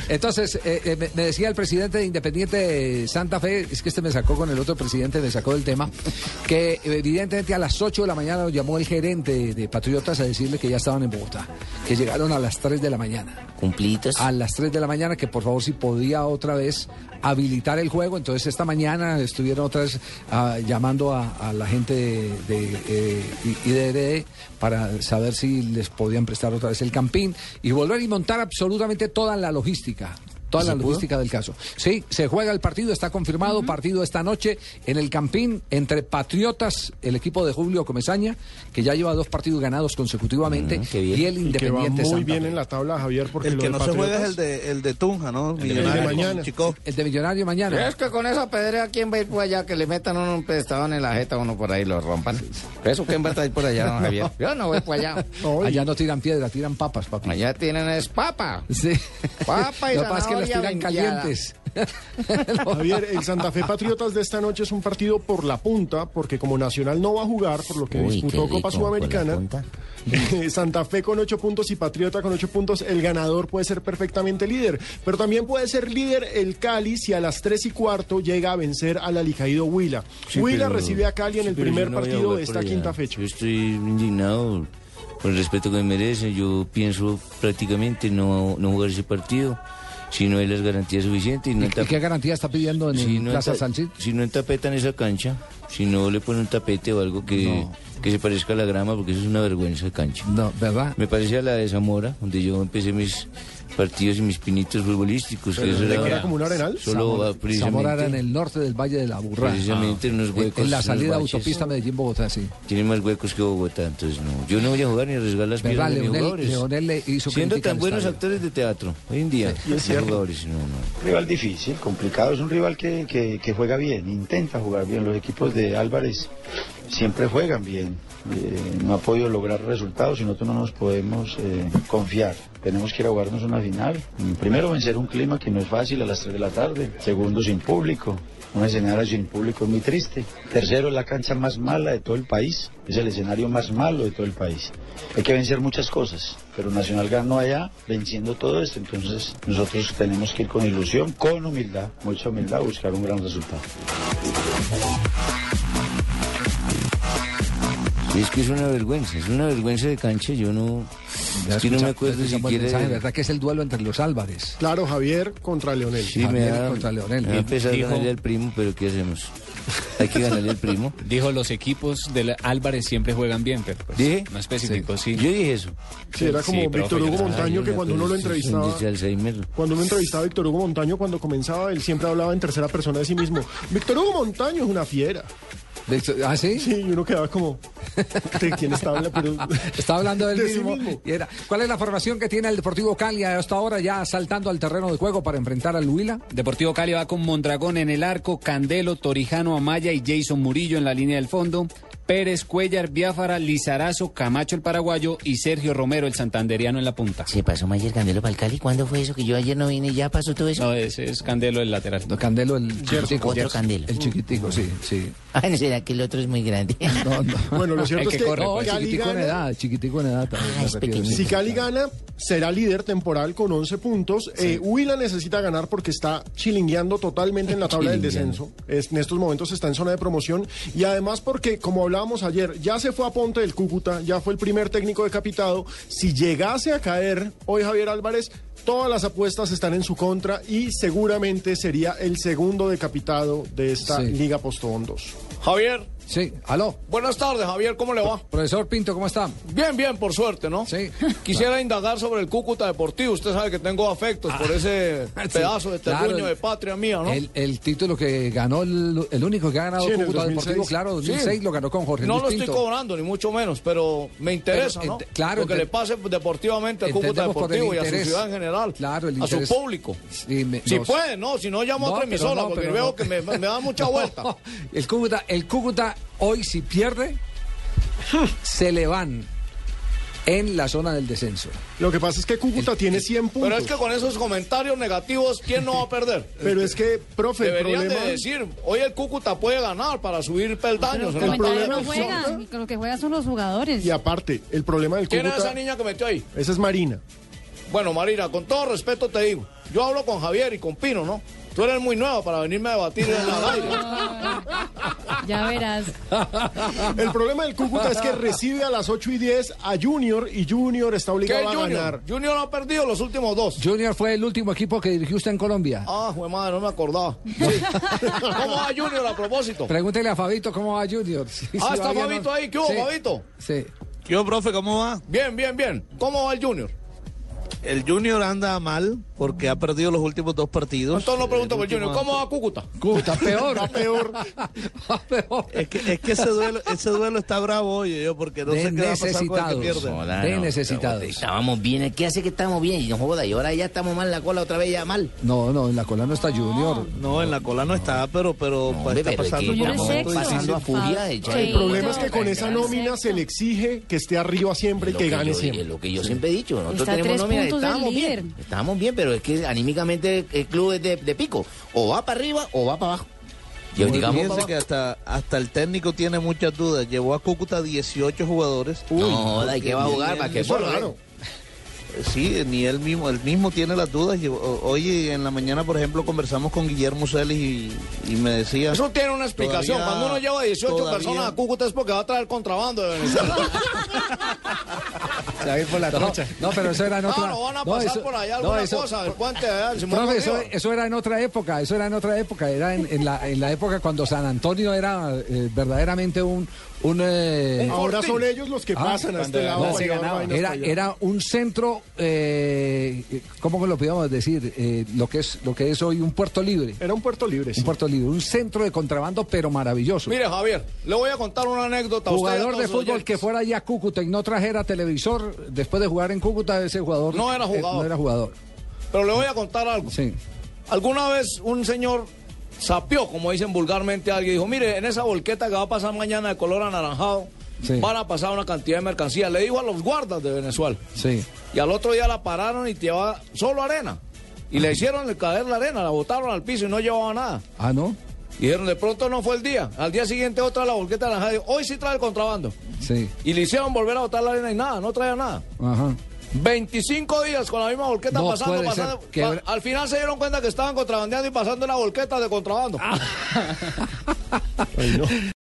Entonces, me decía el presidente de Independiente Santa Fe, es que me sacó con el otro presidente, me sacó del tema, que evidentemente a las 8 de la mañana lo llamó el gerente de Patriotas a decirle que ya estaban en Bogotá, que llegaron a las 3 de la mañana. Cumplidos. A las 3 de la mañana, que por favor si podía otra vez habilitar el juego. Entonces esta mañana estuvieron otra vez llamando a la gente de IDRD para saber si les podían prestar otra vez el campín y volver y montar absolutamente toda la logística. Toda la logística del caso. Sí, se juega el partido, está confirmado, partido esta noche en el Campín entre Patriotas, el equipo de Julio Comesaña, que ya lleva 2 partidos ganados consecutivamente, y el Independiente Santa Fe. Muy Santa bien Fe. En la tabla, Javier, porque el que no se juega es el de Tunja, ¿no? El de mañana. Chico. El de Millonario mañana. Es que con esa pedrea, ¿quién va a ir por allá? Que le metan un pedestadón en la jeta uno por ahí y lo rompan. ¿Eso quién va a ir por allá, don Javier? Yo no voy por allá. Allá no tiran piedra, tiran papas, papi. Allá tienen es papa. Sí. Papa y lo que pasa es que las tiran zanahoria calientes. Javier, el Santa Fe Patriotas de esta noche es un partido por la punta, porque como Nacional no va a jugar, por lo que disputó Copa Sudamericana, Santa Fe con 8 puntos y Patriota con 8 puntos, el ganador puede ser perfectamente líder, pero también puede ser líder el Cali si a las 3:15 llega a vencer al Alicaído Huila. Sí, Huila pero- recibe a Cali en el primer no voy a partido jugar de por esta allá. quinta fecha. Yo estoy indignado por el respeto que me merece. Yo pienso prácticamente no jugar ese partido si no hay las garantías suficientes. ¿Y qué garantía está pidiendo en Plaza Sánchez? Si no entapetan esa cancha, si no le ponen un tapete o algo que se parezca a la grama, porque eso es una vergüenza de cancha. No, ¿verdad? Me parece a la de Zamora, donde yo empecé mis partidos y mis pinitos futbolísticos. ¿Pero eso era como un Arenal? Solo Zamora era en el norte del Valle de la Burrá. Precisamente en unos huecos. En la salida unos baches. autopista Medellín-Bogotá, sí. Tiene más huecos que Bogotá, entonces no. Yo no voy a jugar ni a arriesgar las ¿Verdad? piernas de mis jugadores. Leonel le hizo Siendo crítica tan al buenos estadio. actores de teatro, hoy en día, Sí, es los cierto. jugadores, no. Rival difícil, complicado, es un rival que juega bien, intenta jugar bien. Los equipos de Álvarez siempre juegan bien, no ha podido lograr resultados y nosotros no nos podemos confiar. Tenemos que ir a jugarnos una final. Primero, vencer un clima que no es fácil a las 3 de la tarde. Segundo, sin público. Un escenario sin público es muy triste. Tercero, es la cancha más mala de todo el país. Es el escenario más malo de todo el país. Hay que vencer muchas cosas, pero Nacional ganó allá venciendo todo esto. Entonces nosotros tenemos que ir con ilusión, con humildad, mucha humildad, a buscar un gran resultado. Sí, es que es una vergüenza de cancha. Yo no, es que no me acuerdo siquiera. Mensaje, ¿verdad que es el duelo entre los Álvarez? Claro, Javier contra Leonel. Sí, Javier me da contra Leonel. a empezar a ganarle al primo, pero ¿qué hacemos? Hay que ganarle al primo. Dijo, los equipos de Álvarez siempre juegan bien, pero pues, ¿Dije? no específico, sí. Yo dije eso. Sí, era como Sí, Víctor profe, Hugo yo- Montaño, que cuando uno lo entrevistaba... Cuando uno entrevistaba a Víctor Hugo Montaño, cuando comenzaba, él siempre hablaba en tercera persona de sí mismo. Víctor Hugo Montaño es una fiera. ¿Ah, sí? Sí, y uno quedaba como... ¿De quién está hablando? Pero... Está hablando del de sí mismo. Y ¿cuál es la formación que tiene el Deportivo Cali hasta ahora ya saltando al terreno de juego para enfrentar al Huila? Deportivo Cali va con Mondragón en el arco, Candelo, Torijano, Amaya y Jason Murillo en la línea del fondo, Pérez, Cuellar, Biafara, Lizarazo, Camacho el paraguayo y Sergio Romero el santanderiano en la punta. ¿Se pasó Mayer Candelo para el Cali? ¿Cuándo fue eso? Que yo ayer no vine y ya pasó todo eso. No, ese es Candelo el lateral. No, Candelo el chiquitico. Otro Candelo. El chiquitico, sí, sí. Ah, ¿no será que el otro es muy grande? No, no. Bueno, lo cierto El es que que corre, No, pues. Cali chiquitico en gana. edad, chiquitico en edad también. Ah, me es refiero, pequeñito. Si Cali gana, será líder temporal con 11 puntos. Huila necesita ganar porque está chilingueando totalmente en la tabla del descenso. En estos momentos está en zona de promoción. Y además porque, como hablábamos ayer, ya se fue a Ponte del Cúcuta, ya fue el primer técnico decapitado. Si llegase a caer hoy Javier Álvarez, todas las apuestas están en su contra y seguramente sería el segundo decapitado de esta Sí. Liga Postobón 2. Javier, Sí, aló. buenas tardes, Javier, ¿cómo le va? Profesor Pinto, ¿cómo está? Bien, bien, por suerte, ¿no? Sí. Quisiera indagar sobre el Cúcuta Deportivo. Usted sabe que tengo afectos por ese sí, pedazo de claro, terruño de patria mía, ¿no? El título que ganó, el único que ha ganado Sí, en el Cúcuta 2006. Deportivo, claro, 2006 Sí. lo ganó con Jorge No Luis lo Pinto. estoy cobrando, ni mucho menos, pero me interesa, Pero, ¿no? claro, lo que le pase deportivamente al Cúcuta entendemos por el Deportivo y a su interés. ciudad en general. Claro, el a su interés. público. Sí, Si puede, no, si no llamo a otra pero emisora, porque pero veo que me da mucha vuelta. El Cúcuta hoy si pierde, se le van en la zona del descenso. Lo que pasa es que Cúcuta tiene 100 puntos. Pero es que con esos comentarios negativos, ¿quién no va a perder? Pero es que, profe, el Deberían problema... de decir, hoy el Cúcuta puede ganar para subir peldaños. El en la problema tabla. es- no juegan, lo que juegan son los jugadores. Y aparte, el problema del ¿Quién es esa Cúcuta... niña que metió ahí? Esa es Marina. Bueno, Marina, con todo respeto te digo, yo hablo con Javier y con Pino, ¿no? Tú eres muy nuevo para venirme a debatir en el aire. Ya verás. El problema del Cúcuta es que recibe a las 8:10 a Junior y Junior está ¿Qué obligado a Junior? ganar. Junior ha perdido los últimos 2. Junior fue el último equipo que dirigió usted en Colombia. Ah, jue madre, no me acordaba. Sí. ¿Cómo va Junior a propósito? Pregúntele a Fabito cómo va Junior. Sí, Ah, sí, está va bien, Fabito ¿no? ahí. ¿Qué hubo, Sí, Fabito? Sí. ¿Qué hubo, profe? ¿Cómo va? Bien, bien, bien. ¿Cómo va el Junior? El Junior anda mal porque ha perdido los últimos 2 partidos. Entonces no pregunto por el último Junior. ¿Cómo va Cúcuta? Cúcuta, peor. Va peor. Va peor. Es que ese duelo está bravo, oye, yo, porque no De sé qué va a pasar con el que necesitados. pierde. Joda, De no, necesitados. pero estábamos bien, ¿qué hace que estamos bien? Y no joda, y ahora ya estamos mal en la cola otra vez, ya mal. No, en la cola no está Junior. No, en la cola no está, pero Hombre, está pero es pasando que Junior por un es momento sexto. pasando a difícil. furia de echar El problema es que con Pero esa es nómina sexto. se le exige que esté arriba siempre y que gane siempre. Es lo que yo siempre he dicho. Nosotros Está a tenemos 3 nómina, puntos del estamos líder. bien. Estamos bien, pero es que anímicamente el club es de pico. O va para arriba o va para abajo. Y Pues digamos fíjense para que abajo. hasta el técnico tiene muchas dudas. Llevó a Cúcuta 18 jugadores. No joda, ¿y qué va a jugar? ¿Para qué? Eso es raro. Sí, ni él mismo tiene las dudas. Hoy en la mañana, por ejemplo, conversamos con Guillermo Celis y me decía... Eso tiene una explicación. Todavía- Cuando uno lleva 18 todavía- personas a Cúcuta es porque va a traer contrabando de Venezuela. Se va a ir por la trocha. No, pero eso era en otra. No van a pasar eso- por allá no, alguna eso- cosa del puente de allá, del Simón Profe, eso, Bolívar. eso era en otra época, era en la época cuando San Antonio era verdaderamente un Ahora fortín. son ellos los que pasan a este lado. no, para llevar vainas para allá. era un centro, ¿cómo lo podríamos decir? Lo que es hoy un puerto libre. Era un puerto libre, sí. Un puerto libre, un centro de contrabando, pero maravilloso. Mire, Javier, le voy a contar una anécdota a usted. y a Jugador todos de sus fútbol oyentes. que fuera allá a Cúcuta y no trajera televisor, después de jugar en Cúcuta, ese jugador No era jugador. no era jugador. Pero le voy a contar algo. Sí. Alguna vez un señor sapió, como dicen vulgarmente alguien, dijo, mire, en esa volqueta que va a pasar mañana de color anaranjado, Sí. van a pasar una cantidad de mercancía. Le dijo a los guardas de Venezuela. Sí. Y al otro día la pararon y llevaba solo arena. Y le hicieron caer la arena, la botaron al piso y no llevaba nada. Ah, ¿no? Y dijeron, de pronto no fue el día. Al día siguiente otra la volqueta anaranjada. Dijo, hoy sí trae el contrabando. Sí. Y le hicieron volver a botar la arena y nada, no traía nada. Ajá. 25 días con la misma volqueta No pasando, puede ser. pasando. Que- Al final se dieron cuenta que estaban contrabandeando y pasando una volqueta de contrabando. Ay, no.